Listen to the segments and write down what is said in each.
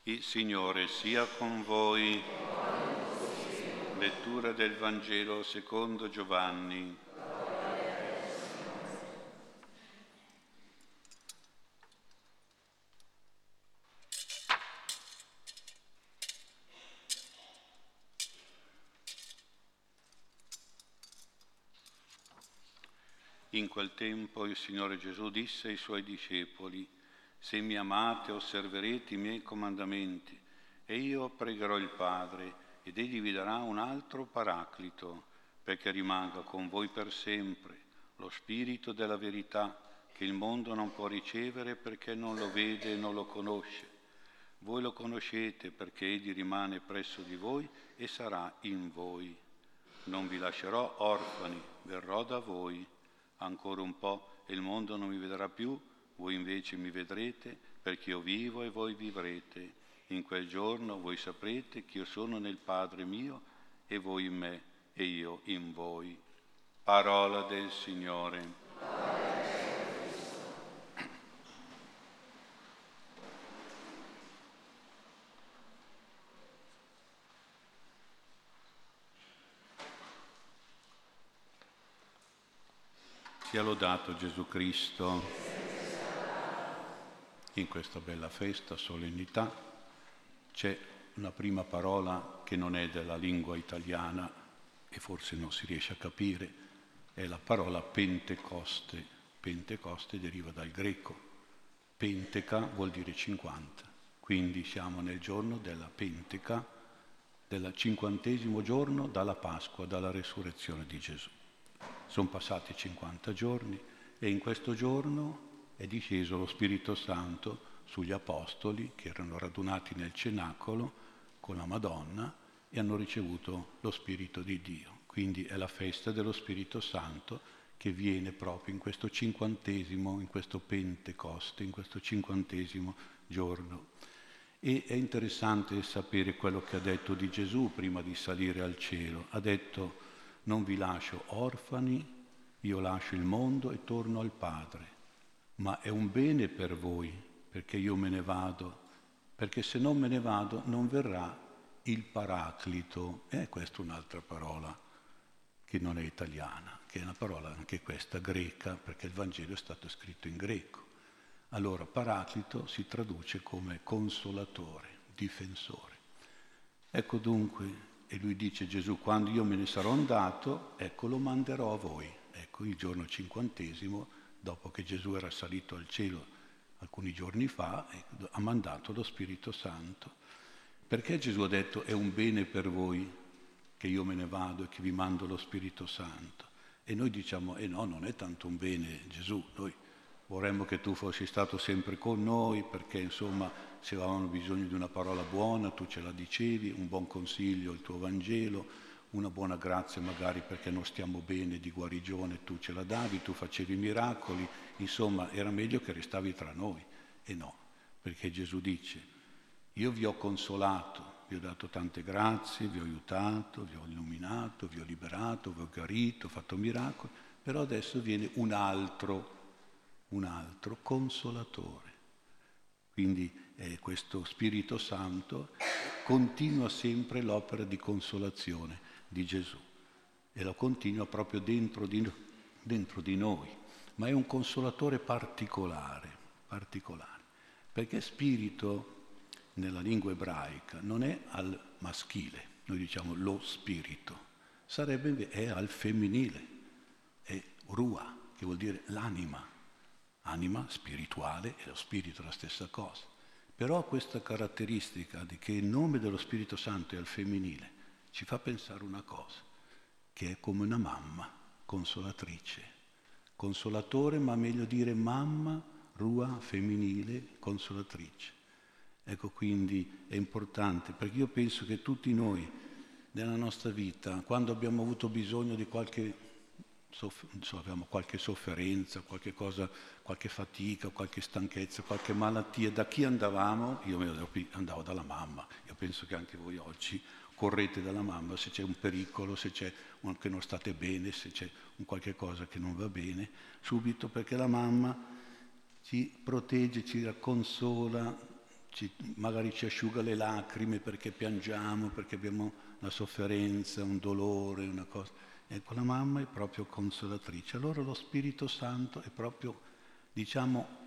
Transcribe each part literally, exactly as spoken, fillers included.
Il Signore sia con voi. Lettura del Vangelo secondo Giovanni. In quel tempo il Signore Gesù disse ai Suoi discepoli: se mi amate osserverete i miei comandamenti, e io pregherò il Padre, ed Egli vi darà un altro Paraclito, perché rimanga con voi per sempre, lo Spirito della verità, che il mondo non può ricevere perché non lo vede e non lo conosce. Voi lo conoscete perché Egli rimane presso di voi e sarà in voi. Non vi lascerò orfani, verrò da voi. Ancora un po' e il mondo non mi vedrà più, voi invece mi vedrete, perché io vivo e voi vivrete. In quel giorno voi saprete che io sono nel Padre mio e voi in me e io in voi. Parola del Signore. Sia lodato Gesù Cristo. In questa bella festa, solennità, c'è una prima parola che non è della lingua italiana e forse non si riesce a capire, è la parola Pentecoste. Pentecoste deriva dal greco. Penteca vuol dire cinquanta, quindi siamo nel giorno della Penteca, del cinquantesimo giorno dalla Pasqua, dalla resurrezione di Gesù. Sono passati cinquanta giorni e in questo giorno è disceso lo Spirito Santo sugli Apostoli che erano radunati nel cenacolo con la Madonna e hanno ricevuto lo Spirito di Dio. Quindi è la festa dello Spirito Santo che viene proprio in questo cinquantesimo, in questo Pentecoste, in questo cinquantesimo giorno. E è interessante sapere quello che ha detto di Gesù prima di salire al cielo. Ha detto: non vi lascio orfani, io lascio il mondo e torno al Padre. Ma è un bene per voi, perché io me ne vado, perché se non me ne vado non verrà il Paraclito. E questa è un'altra parola che non è italiana, che è una parola anche questa greca, perché il Vangelo è stato scritto in greco. Allora Paraclito si traduce come consolatore, difensore. Ecco dunque, e lui dice Gesù, quando io me ne sarò andato, ecco lo manderò a voi. Ecco il giorno cinquantesimo, dopo che Gesù era salito al cielo alcuni giorni fa, ha mandato lo Spirito Santo. Perché Gesù ha detto è un bene per voi che io me ne vado e che vi mando lo Spirito Santo? E noi diciamo, eh no, non è tanto un bene Gesù, noi vorremmo che tu fossi stato sempre con noi, perché insomma se avevamo bisogno di una parola buona tu ce la dicevi, un buon consiglio, il tuo Vangelo, una buona grazia magari perché non stiamo bene di guarigione, tu ce la davi, tu facevi miracoli, insomma era meglio che restavi tra noi. E no, perché Gesù dice, io vi ho consolato, vi ho dato tante grazie, vi ho aiutato, vi ho illuminato, vi ho liberato, vi ho guarito, ho fatto miracoli, però adesso viene un altro, un altro consolatore. Quindi eh, questo Spirito Santo continua sempre l'opera di consolazione di Gesù e lo continua proprio dentro di, dentro di noi, ma è un consolatore particolare, particolare, perché spirito nella lingua ebraica non è al maschile, noi diciamo lo spirito, sarebbe è al femminile, è rua, che vuol dire l'anima. Anima spirituale e lo spirito è la stessa cosa. Però questa caratteristica di che il nome dello Spirito Santo è al femminile ci fa pensare una cosa, che è come una mamma consolatrice. Consolatore, ma meglio dire mamma, rua, femminile, consolatrice. Ecco, quindi è importante, perché io penso che tutti noi nella nostra vita, quando abbiamo avuto bisogno di qualche Soff- insomma, abbiamo qualche sofferenza, qualche cosa, qualche fatica, qualche stanchezza, qualche malattia. Da chi andavamo? Io andavo dalla mamma. Io penso che anche voi oggi correte dalla mamma se c'è un pericolo, se c'è un, che non state bene, se c'è un qualche cosa che non va bene, subito, perché la mamma ci protegge, ci consola, ci, magari ci asciuga le lacrime perché piangiamo, perché abbiamo una sofferenza, un dolore, una cosa. Ecco, la mamma è proprio consolatrice. Allora lo Spirito Santo è proprio, diciamo,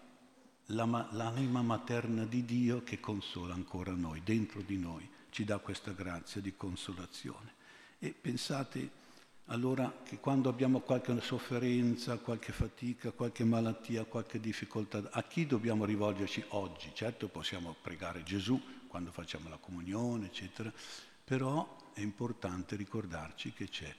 la, l'anima materna di Dio che consola ancora noi, dentro di noi, ci dà questa grazia di consolazione. E pensate allora che quando abbiamo qualche sofferenza, qualche fatica, qualche malattia, qualche difficoltà, a chi dobbiamo rivolgerci oggi? Certo possiamo pregare Gesù quando facciamo la comunione, eccetera, però è importante ricordarci che c'è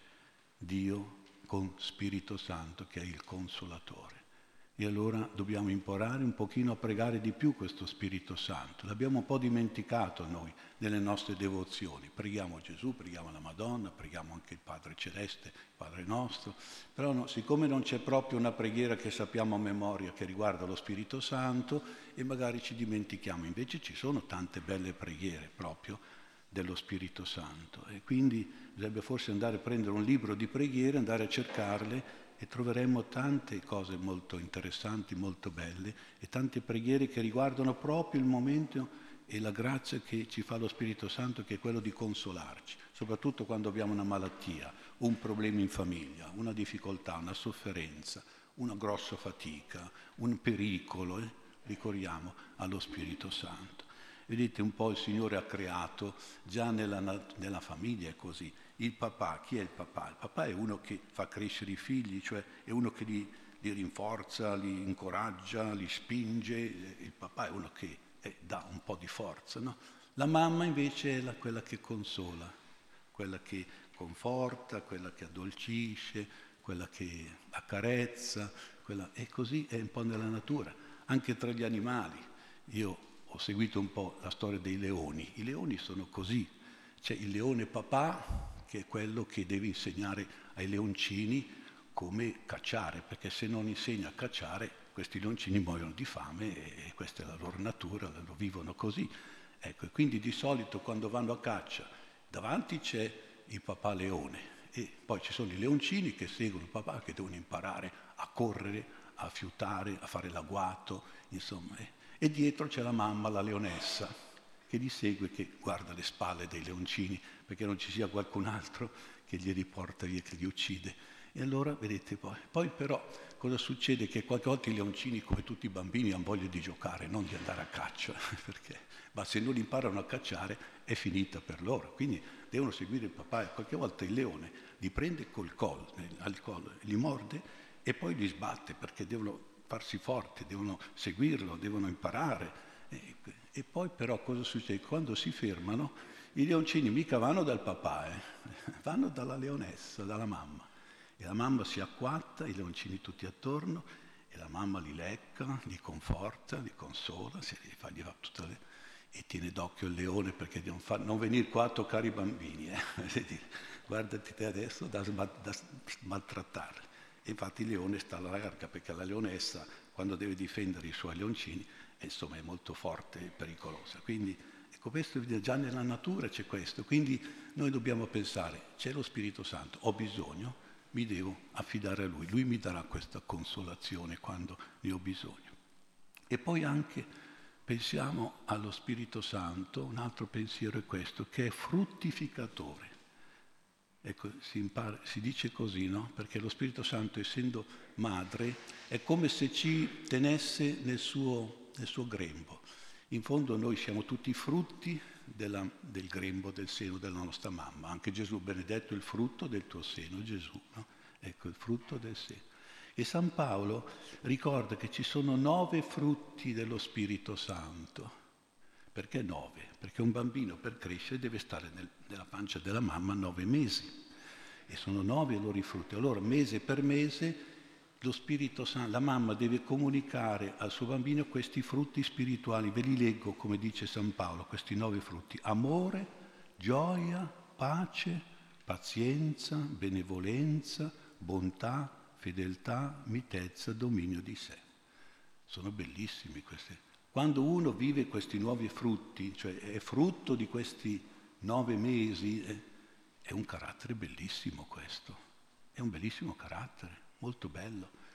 Dio con Spirito Santo che è il Consolatore. E allora dobbiamo imparare un pochino a pregare di più questo Spirito Santo. L'abbiamo un po' dimenticato noi nelle nostre devozioni. Preghiamo Gesù, preghiamo la Madonna, preghiamo anche il Padre Celeste, il Padre nostro. Però no, siccome non c'è proprio una preghiera che sappiamo a memoria che riguarda lo Spirito Santo, e magari ci dimentichiamo. Invece ci sono tante belle preghiere proprio dello Spirito Santo. E quindi bisogna forse andare a prendere un libro di preghiere, andare a cercarle, e troveremo tante cose molto interessanti, molto belle, e tante preghiere che riguardano proprio il momento e la grazia che ci fa lo Spirito Santo, che è quello di consolarci, soprattutto quando abbiamo una malattia, un problema in famiglia, una difficoltà, una sofferenza, una grossa fatica, un pericolo. Eh? Ricordiamo allo Spirito Santo. Vedete un po' il Signore ha creato, già nella, nella famiglia è così. Il papà, chi è il papà? Il papà è uno che fa crescere i figli, cioè è uno che li, li rinforza, li incoraggia, li spinge. Il papà è uno che eh, dà un po' di forza, no? La mamma invece è la, quella che consola, quella che conforta, quella che addolcisce, quella che accarezza, quella... e così è un po' nella natura, anche tra gli animali. Io ho seguito un po' la storia dei leoni. I leoni sono così. C'è il leone papà, che è quello che deve insegnare ai leoncini come cacciare, perché se non insegna a cacciare, questi leoncini muoiono di fame e questa è la loro natura, lo vivono così. Ecco, e quindi di solito quando vanno a caccia, davanti c'è il papà leone e poi ci sono i leoncini che seguono il papà, che devono imparare a correre, a fiutare, a fare l'agguato, insomma. Eh. E dietro c'è la mamma, la leonessa, che li segue, che guarda le spalle dei leoncini, perché non ci sia qualcun altro che glieli porta via, che li uccide. E allora, vedete poi. Poi però cosa succede? Che qualche volta i leoncini, come tutti i bambini, hanno voglia di giocare, non di andare a caccia, perché, ma se non imparano a cacciare è finita per loro. Quindi devono seguire il papà e qualche volta il leone li prende col collo, al collo, li morde e poi li sbatte, perché devono farsi forti, devono seguirlo, devono imparare. E, e poi però cosa succede? Quando si fermano, i leoncini mica vanno dal papà, eh? Vanno dalla leonessa, dalla mamma. E la mamma si acquatta, i leoncini tutti attorno, e la mamma li lecca, li conforta, li consola, si gli fa, gli fa tutte le... e tiene d'occhio il leone perché non, fa, non venire qua a toccare i bambini, eh? Guardati te adesso da, da maltrattare. E infatti il leone sta alla larga, perché la leonessa, quando deve difendere i suoi leoncini, insomma è molto forte e pericolosa. Quindi ecco, questo già nella natura c'è questo. Quindi noi dobbiamo pensare, c'è lo Spirito Santo, ho bisogno, mi devo affidare a Lui. Lui mi darà questa consolazione quando ne ho bisogno. E poi anche pensiamo allo Spirito Santo, un altro pensiero è questo, che è fruttificatore. Ecco, si, impara, si dice così, no? Perché lo Spirito Santo, essendo madre, è come se ci tenesse nel suo, nel suo grembo. In fondo noi siamo tutti frutti della, del grembo, del seno della nostra mamma. Anche Gesù, benedetto il frutto del tuo seno, Gesù, no? Ecco, il frutto del seno. E San Paolo ricorda che ci sono nove frutti dello Spirito Santo. Perché nove? Perché un bambino per crescere deve stare nel, nella pancia della mamma nove mesi. E sono nove i loro frutti. Allora, mese per mese, lo Spirito Santo, la mamma deve comunicare al suo bambino questi frutti spirituali. Ve li leggo, come dice San Paolo, questi nove frutti. Amore, gioia, pace, pazienza, benevolenza, bontà, fedeltà, mitezza, dominio di sé. Sono bellissimi questi. Quando uno vive questi nuovi frutti, cioè è frutto di questi nove mesi, è, è un carattere bellissimo questo. È un bellissimo carattere, molto bello.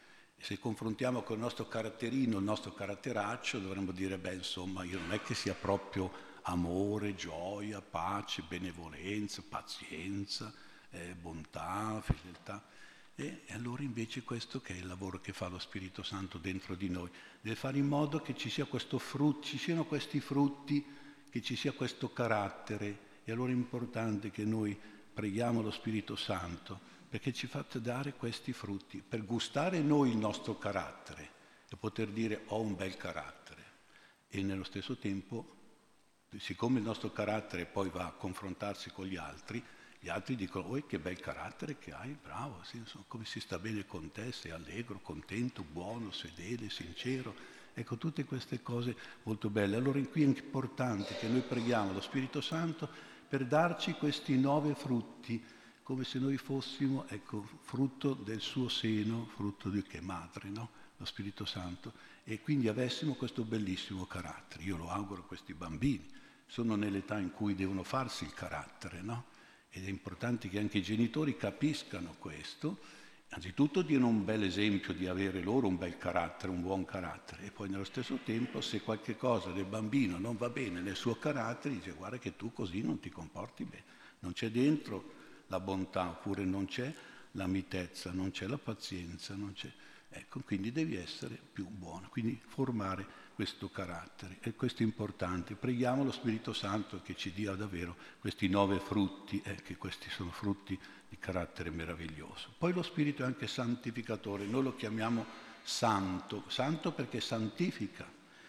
Se confrontiamo con il nostro caratterino, il nostro caratteraccio, dovremmo dire, beh, insomma, io non è che sia proprio amore, gioia, pace, benevolenza, pazienza, eh, bontà, fedeltà. E, e allora invece questo che è il lavoro che fa lo Spirito Santo dentro di noi, deve fare in modo che ci sia questo frutto, ci siano questi frutti, che ci sia questo carattere. E allora è importante che noi preghiamo lo Spirito Santo perché ci faccia dare questi frutti, per gustare noi il nostro carattere e poter dire ho un bel carattere. E nello stesso tempo, siccome il nostro carattere poi va a confrontarsi con gli altri, gli altri dicono, oh che bel carattere che hai, bravo, sì, insomma, come si sta bene con te, sei allegro, contento, buono, fedele, sincero. Ecco, tutte queste cose molto belle. Allora qui è importante che noi preghiamo lo Spirito Santo per darci questi nove frutti, come se noi fossimo, ecco, frutto del suo seno, frutto di che madre, no? Lo Spirito Santo, e quindi avessimo questo bellissimo carattere. Io lo auguro a questi bambini, sono nell'età in cui devono farsi il carattere, no? Ed è importante che anche i genitori capiscano questo, anzitutto diano un bel esempio di avere loro un bel carattere, un buon carattere, e poi nello stesso tempo se qualche cosa del bambino non va bene nel suo carattere, dice guarda che tu così non ti comporti bene, non c'è dentro la bontà, oppure non c'è la mitezza, non c'è la pazienza, non c'è... Ecco, quindi devi essere più buono, quindi formare questo carattere. E questo è importante. Preghiamo lo Spirito Santo che ci dia davvero questi nove frutti, eh, che questi sono frutti di carattere meraviglioso. Poi lo Spirito è anche santificatore, noi lo chiamiamo santo, santo perché santifica.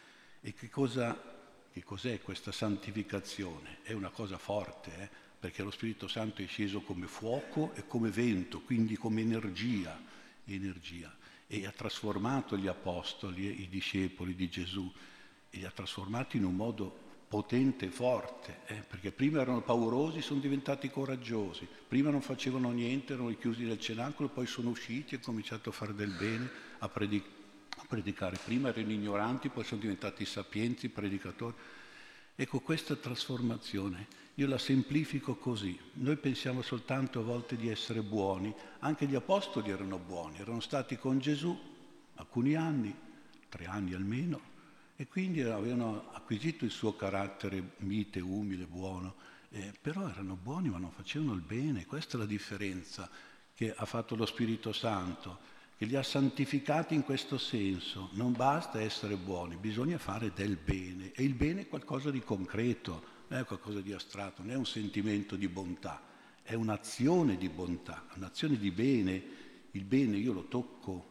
E che cosa, che cos'è questa santificazione? È una cosa forte, eh? Perché lo Spirito Santo è sceso come fuoco e come vento, quindi come energia, energia, e ha trasformato gli apostoli, i discepoli di Gesù, e li ha trasformati in un modo potente e forte, eh? Perché prima erano paurosi, sono diventati coraggiosi, prima non facevano niente, erano chiusi nel cenacolo, poi sono usciti e hanno cominciato a fare del bene, a, predic- a predicare. Prima erano ignoranti, poi sono diventati sapienti, predicatori. Ecco, questa trasformazione io la semplifico così. Noi pensiamo soltanto a volte di essere buoni, anche gli apostoli erano buoni, erano stati con Gesù alcuni anni, tre anni almeno, e quindi avevano acquisito il suo carattere mite, umile, buono, eh, però erano buoni ma non facevano il bene. Questa è la differenza che ha fatto lo Spirito Santo, che li ha santificati in questo senso. Non basta essere buoni, bisogna fare del bene, e il bene è qualcosa di concreto, non è qualcosa di astratto, non è un sentimento di bontà, è un'azione di bontà, un'azione di bene. Il bene io lo tocco,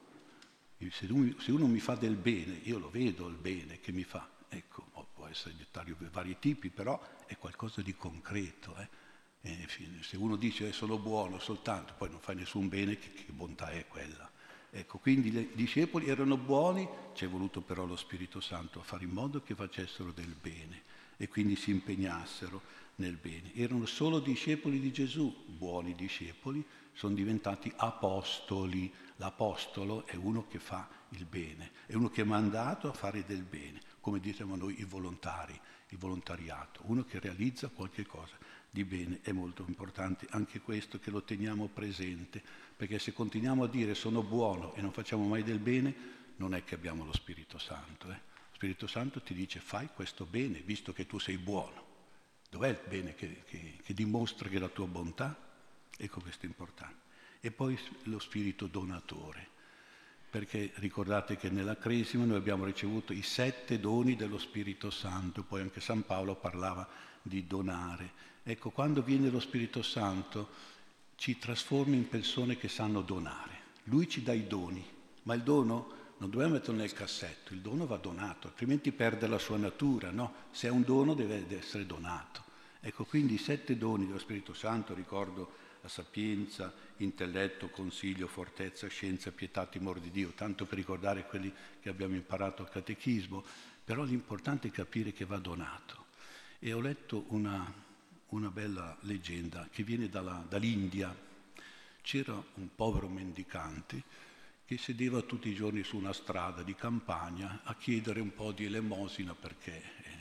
se uno, se uno mi fa del bene, io lo vedo il bene che mi fa, ecco, può essere di vari tipi, però è qualcosa di concreto, eh. E se uno dice eh, sono buono soltanto, poi non fai nessun bene, che, che bontà è quella? Ecco, quindi i discepoli erano buoni, ci è voluto però lo Spirito Santo a fare in modo che facessero del bene e quindi si impegnassero nel bene. Erano solo discepoli di Gesù, buoni discepoli, sono diventati apostoli. L'apostolo è uno che fa il bene, è uno che è mandato a fare del bene, come diciamo noi i volontari, il volontariato, uno che realizza qualche cosa di bene. È molto importante anche questo, che lo teniamo presente, perché se continuiamo a dire sono buono e non facciamo mai del bene, non è che abbiamo lo Spirito Santo. Eh? Lo Spirito Santo ti dice fai questo bene, visto che tu sei buono. Dov'è il bene che, che, che dimostra che è la tua bontà? Ecco, questo è importante. E poi lo Spirito donatore, perché ricordate che nella Cresima noi abbiamo ricevuto i sette doni dello Spirito Santo, poi anche San Paolo parlava di donare. Ecco, quando viene lo Spirito Santo ci trasforma in persone che sanno donare. Lui ci dà i doni, ma il dono non dobbiamo metterlo nel cassetto, il dono va donato, altrimenti perde la sua natura, no? Se è un dono deve essere donato. Ecco, quindi i sette doni dello Spirito Santo, ricordo la sapienza, intelletto, consiglio, fortezza, scienza, pietà, timore di Dio, tanto per ricordare quelli che abbiamo imparato al catechismo, però l'importante è capire che va donato. E ho letto una, una bella leggenda che viene dalla, dall'India. C'era un povero mendicante che sedeva tutti i giorni su una strada di campagna a chiedere un po' di elemosina perché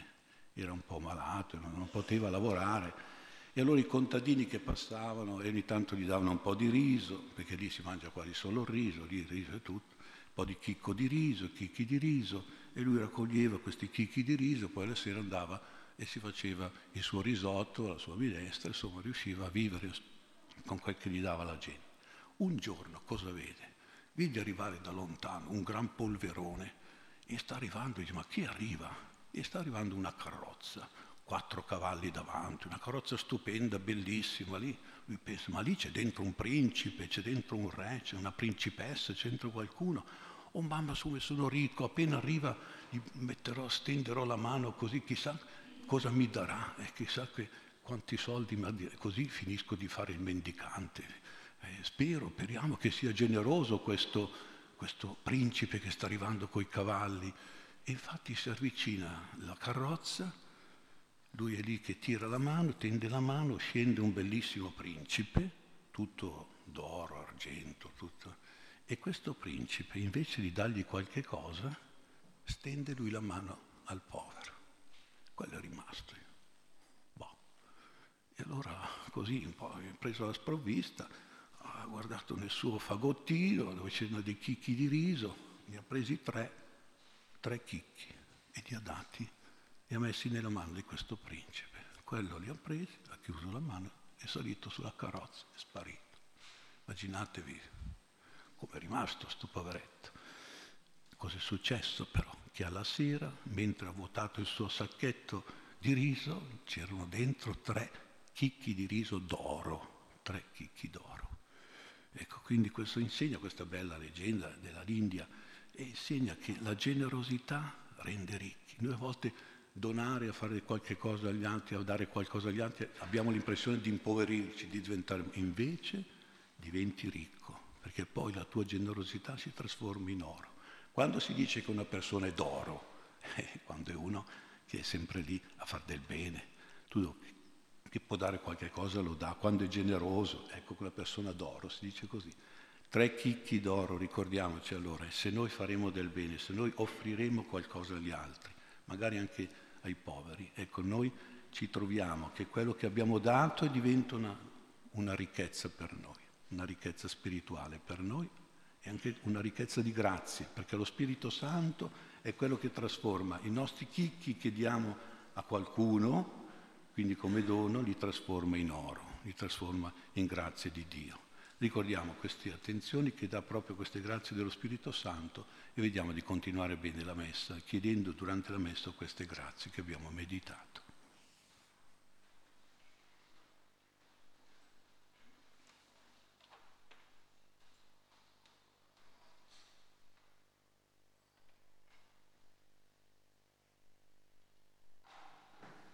era un po' malato, non poteva lavorare. E allora i contadini che passavano e ogni tanto gli davano un po' di riso, perché lì si mangia quasi solo il riso, lì il riso e tutto, po' di chicco di riso, chicchi di riso, e lui raccoglieva questi chicchi di riso, poi la sera andava e si faceva il suo risotto, la sua minestra, insomma riusciva a vivere con quel che gli dava la gente. Un giorno cosa vede? Vede arrivare da lontano un gran polverone e sta arrivando, dice: ma chi arriva? E sta arrivando una carrozza, quattro cavalli davanti, una carrozza stupenda, bellissima. Lì lui pensa: ma lì c'è dentro un principe, c'è dentro un re, c'è una principessa, c'è dentro qualcuno. Oh mamma, su, sono ricco, appena arriva gli metterò, stenderò la mano, così chissà cosa mi darà, e chissà che, quanti soldi mi darà, così finisco di fare il mendicante. Eh, spero, speriamo che sia generoso questo, questo principe che sta arrivando coi cavalli. E infatti si avvicina la carrozza, lui è lì che tira la mano, tende la mano, scende un bellissimo principe, tutto d'oro, argento, tutto. E questo principe, invece di dargli qualche cosa, stende lui la mano al povero. Quello è rimasto. Boh. E allora così, un po' preso alla sprovvista, ha guardato nel suo fagottino dove c'erano dei chicchi di riso, ne ha presi tre, tre chicchi e li ha dati, li ha messi nella mano di questo principe. Quello li ha presi, ha chiuso la mano, è salito sulla carrozza, è sparito. Immaginatevi come è rimasto sto poveretto. Cos'è successo però? Che alla sera, mentre ha vuotato il suo sacchetto di riso, c'erano dentro tre chicchi di riso d'oro, tre chicchi d'oro. Ecco, quindi questo insegna, questa bella leggenda dell'India, e insegna che la generosità rende ricchi. Noi a volte donare, a fare qualche cosa agli altri, a dare qualcosa agli altri, abbiamo l'impressione di impoverirci, di diventare, invece diventi ricco, perché poi la tua generosità si trasforma in oro. Quando si dice che una persona è d'oro, eh, quando è uno che è sempre lì a far del bene, tu che può dare qualche cosa lo dà, quando è generoso, ecco, quella persona d'oro, si dice così. Tre chicchi d'oro, ricordiamoci allora, se noi faremo del bene, se noi offriremo qualcosa agli altri, magari anche ai poveri, ecco, noi ci troviamo che quello che abbiamo dato diventa una, una ricchezza per noi, una ricchezza spirituale per noi e anche una ricchezza di grazie, perché lo Spirito Santo è quello che trasforma i nostri chicchi che diamo a qualcuno, quindi come dono, li trasforma in oro, li trasforma in grazie di Dio. Ricordiamo queste attenzioni che dà proprio queste grazie dello Spirito Santo e vediamo di continuare bene la Messa, chiedendo durante la Messa queste grazie che abbiamo meditato.